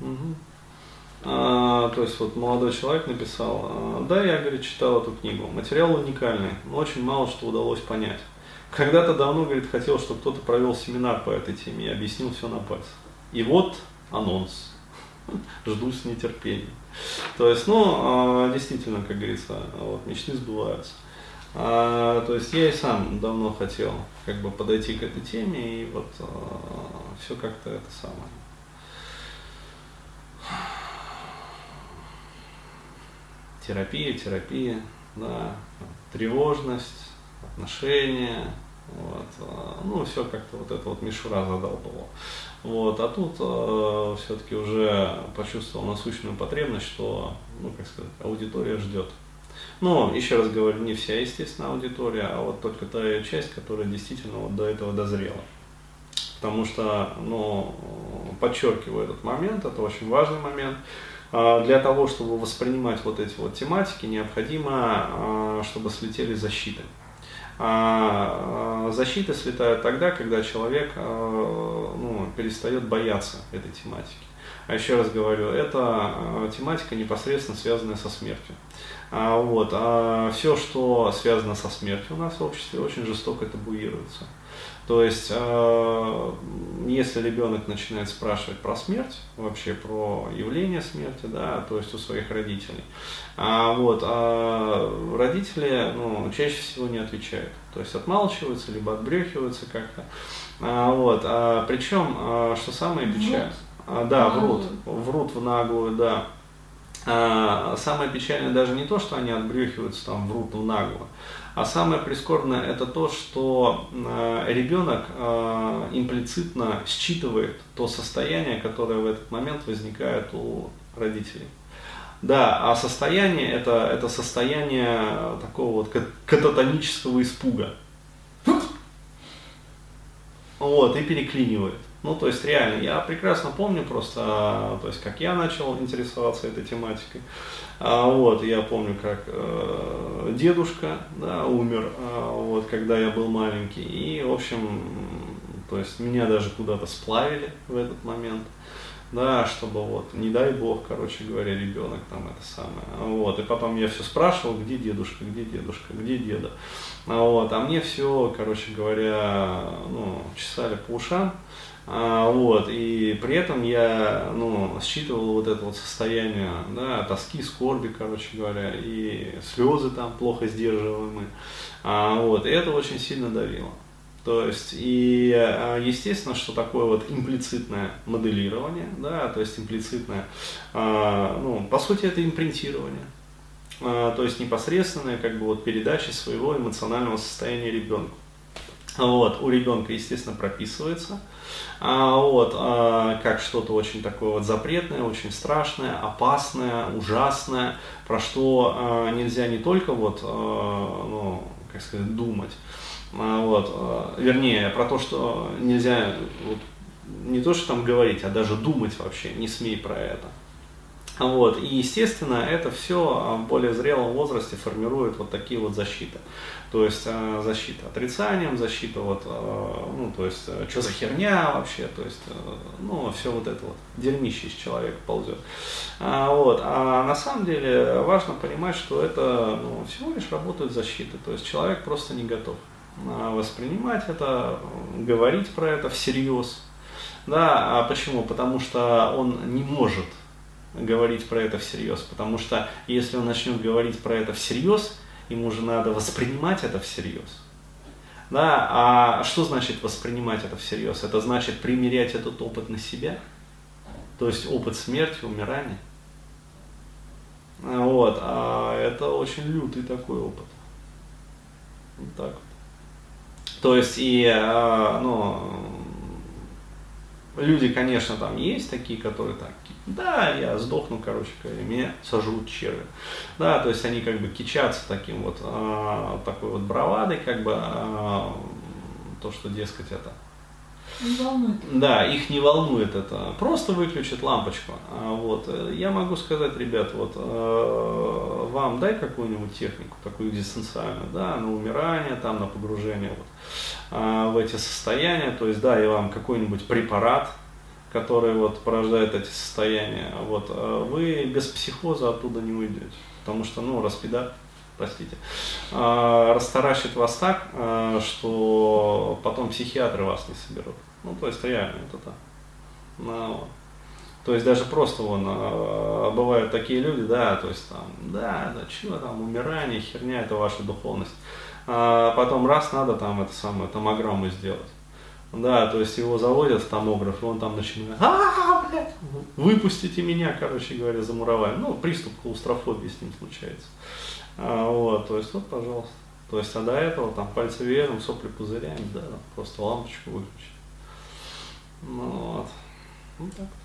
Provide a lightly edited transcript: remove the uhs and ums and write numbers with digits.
Мгм. То есть вот молодой человек написал, да, я, говорит, читал эту книгу, материал уникальный, но очень мало что удалось понять. Когда-то давно, говорит, хотел, чтобы кто-то провел семинар по этой теме и объяснил все на пальцах. И вот анонс. Жду с нетерпением. То есть, ну, действительно, как говорится, вот, мечты сбываются. То есть я и сам давно хотел как бы подойти к этой теме, и вот все как-то это самое. Терапия, да, тревожность, отношения, вот, ну, все как-то вот это вот мишура задолбало. Вот, а тут все-таки уже почувствовал насущную потребность, что, ну, как сказать, аудитория ждет. Но, еще раз говорю, не вся, естественно, аудитория, а вот только та ее часть, которая действительно вот до этого дозрела. Потому что, ну, подчеркиваю этот момент, это очень важный момент. Для того, чтобы воспринимать вот эти вот тематики, необходимо, чтобы слетели защиты. Защиты слетают тогда, когда человек ну, перестает бояться этой тематики. А еще раз говорю, это тематика непосредственно связанная со смертью. Вот. Все, что связано со смертью у нас в обществе, очень жестоко табуируется. То есть, если ребенок начинает спрашивать про смерть, вообще про явление смерти, да, то есть у своих родителей, вот, родители, ну, чаще всего не отвечают, то есть отмалчиваются, либо отбрехиваются как-то, вот, причем, что самое печальное, да, врут в наглую, да. Самое печальное даже не то, что они отбрехиваются, там, врут в наглую, а самое прискорбное это то, что ребенок имплицитно считывает то состояние, которое в этот момент возникает у родителей. Да, а состояние это состояние такого вот кататонического испуга. Вот, и переклинивает. Ну, то есть, реально, я прекрасно помню просто, то есть, как я начал интересоваться этой тематикой. Вот, я помню, как дедушка, да, умер, вот, когда я был маленький. И, в общем, то есть, меня даже куда-то сплавили в этот момент. Да, чтобы вот, не дай бог, короче говоря, ребенок там это самое. Вот, и потом я все спрашивал, где дедушка, где деда. Вот, а мне все, короче говоря, ну, чесали по ушам. Вот, и при этом я, ну, считывал вот это вот состояние, да, тоски, скорби, короче говоря, и слезы там плохо сдерживаемые. Вот, и это очень сильно давило. То есть, и естественно, что такое вот имплицитное моделирование, да, то есть имплицитное, ну, по сути, это импринтирование, то есть непосредственная как бы вот передача своего эмоционального состояния ребенку. Вот, у ребенка, естественно, прописывается, вот, как что-то очень такое вот запретное, очень страшное, опасное, ужасное, про что нельзя не только вот, ну, как сказать, думать, вот, вернее, про то, что нельзя вот, не то, что там говорить, а даже думать вообще, не смей про это. Вот, и, естественно, это все в более зрелом возрасте формирует вот такие вот защиты. То есть защита отрицанием, защита вот, ну, то есть, что за херня вообще, то есть, ну, все вот это вот дерьмище из человека ползет. Вот, а на самом деле важно понимать, что это, ну, всего лишь работают защиты, то есть человек просто не готов воспринимать это, говорить про это всерьез. Да, а почему? Потому что он не может говорить про это всерьез, потому что если он начнет говорить про это всерьез, ему же надо воспринимать это всерьез. Да, а что значит воспринимать это всерьез? Это значит примерять этот опыт на себя, то есть опыт смерти, умирания. Вот, а это очень лютый такой опыт. Вот так вот. То есть и, ну, люди, конечно, там есть такие, которые так, да, я сдохну, короче говоря, меня сожрут черви. Да, то есть они как бы кичатся таким вот, такой вот бравадой, как бы, то, что, дескать, это. Не волнует. Да, их не волнует это. Просто выключит лампочку. Вот. Я могу сказать, ребят, вот вам дай какую-нибудь технику, такую дистанциальную, да, на умирание, там, на погружение вот, в эти состояния. То есть, да, я вам какой-нибудь препарат, который вот порождает эти состояния, вот, вы без психоза оттуда не уйдете. Потому что, ну, простите, растаращит вас так, что потом психиатры вас не соберут. Ну, то есть реально это так. Ну, вот. То есть даже просто бывают такие люди, да, то есть там, да, что там, умирание, херня, это ваша духовность. А потом раз надо там это самое, томограмму сделать. Да, то есть его заводят в томограф, и он там начинает, блядь, выпустите меня, короче говоря, замуровали. Ну, приступ клаустрофобии с ним случается. Вот, то есть, вот, пожалуйста. То есть, а до этого там пальцы веером, сопли пузырями, да, просто лампочку выключить. Ну, вот. Ну, так.